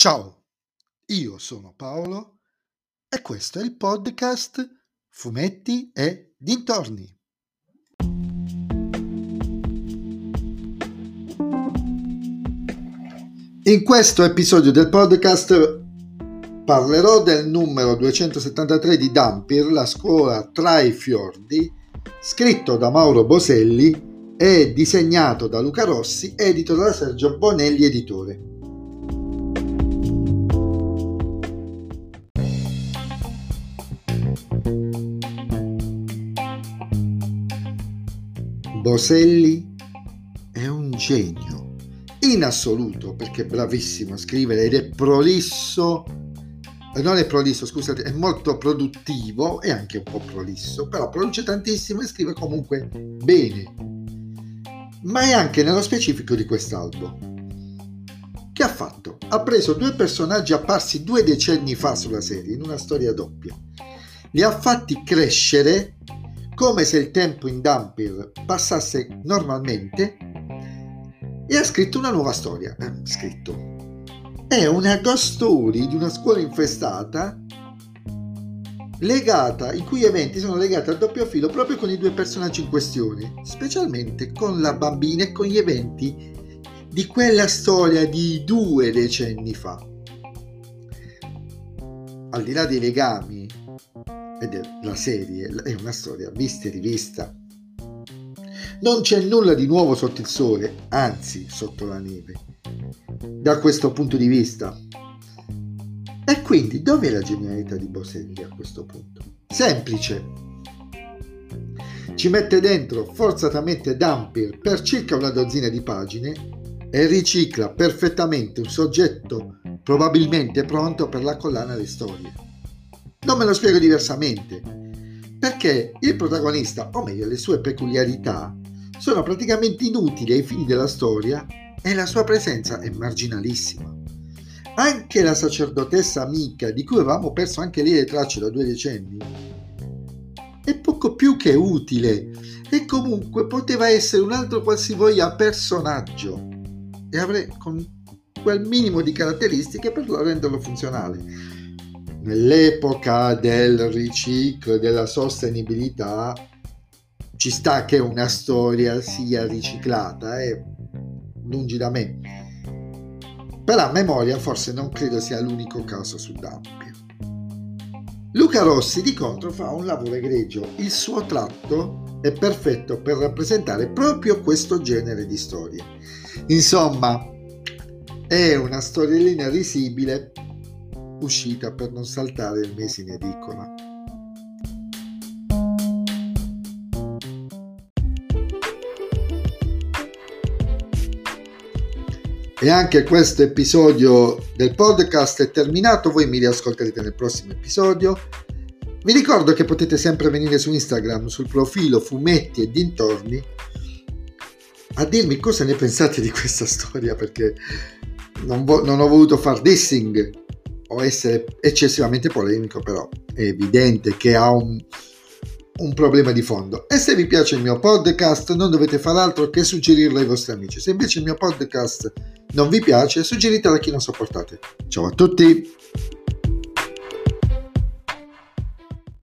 Ciao, io sono Paolo e questo è il podcast Fumetti e Dintorni. In questo episodio del podcast parlerò del numero 273 di Dhampir, la scuola tra i fiordi, scritto da Mauro Boselli e disegnato da Luca Rossi, edito da Sergio Bonelli, editore. Boselli è un genio in assoluto, perché è bravissimo a scrivere ed è prolisso, non è prolisso, scusate, è molto produttivo e anche un po' prolisso, però produce tantissimo e scrive comunque bene. Ma è anche nello specifico di quest'albo. Che ha fatto? Ha preso due personaggi apparsi 2 decenni fa sulla serie in una storia doppia, li ha fatti crescere come se il tempo in Dhampir passasse normalmente e ha scritto una nuova storia. È una ghost story di una scuola infestata in cui gli eventi sono legati a doppio filo proprio con i due personaggi in questione, specialmente con la bambina e con gli eventi di quella storia di 2 decenni fa. Al di là dei legami, la serie è una storia vista e rivista. Non c'è nulla di nuovo sotto il sole, anzi sotto la neve, da questo punto di vista. E quindi dov'è la genialità di Boselli a questo punto? Semplice. Ci mette dentro forzatamente Dhampir per circa una dozzina di pagine e ricicla perfettamente un soggetto probabilmente pronto per la collana Le Storie. Non me lo spiego diversamente, perché il protagonista, o meglio le sue peculiarità, sono praticamente inutili ai fini della storia e la sua presenza è marginalissima. Anche la sacerdotessa amica, di cui avevamo perso anche lì le tracce da 2 decenni, è poco più che utile e comunque poteva essere un altro qualsivoglia personaggio e avrei con quel minimo di caratteristiche per renderlo funzionale. Nell'epoca del riciclo e della sostenibilità ci sta che una storia sia riciclata, lungi da me, però a memoria forse non credo sia l'unico caso su Dhampir. Luca Rossi di contro fa un lavoro egregio, il suo tratto è perfetto per rappresentare proprio questo genere di storie. Insomma, è una storiellina risibile uscita per non saltare il mese in edicola. E anche questo episodio del podcast è terminato, voi mi riascolterete nel prossimo episodio. Vi ricordo che potete sempre venire su Instagram sul profilo Fumetti e Dintorni a dirmi cosa ne pensate di questa storia, perché non ho voluto far dissing o essere eccessivamente polemico, però è evidente che ha un problema di fondo. E se vi piace il mio podcast non dovete fare altro che suggerirlo ai vostri amici. Se invece il mio podcast non vi piace, suggeritelo a chi non sopportate. Ciao a tutti!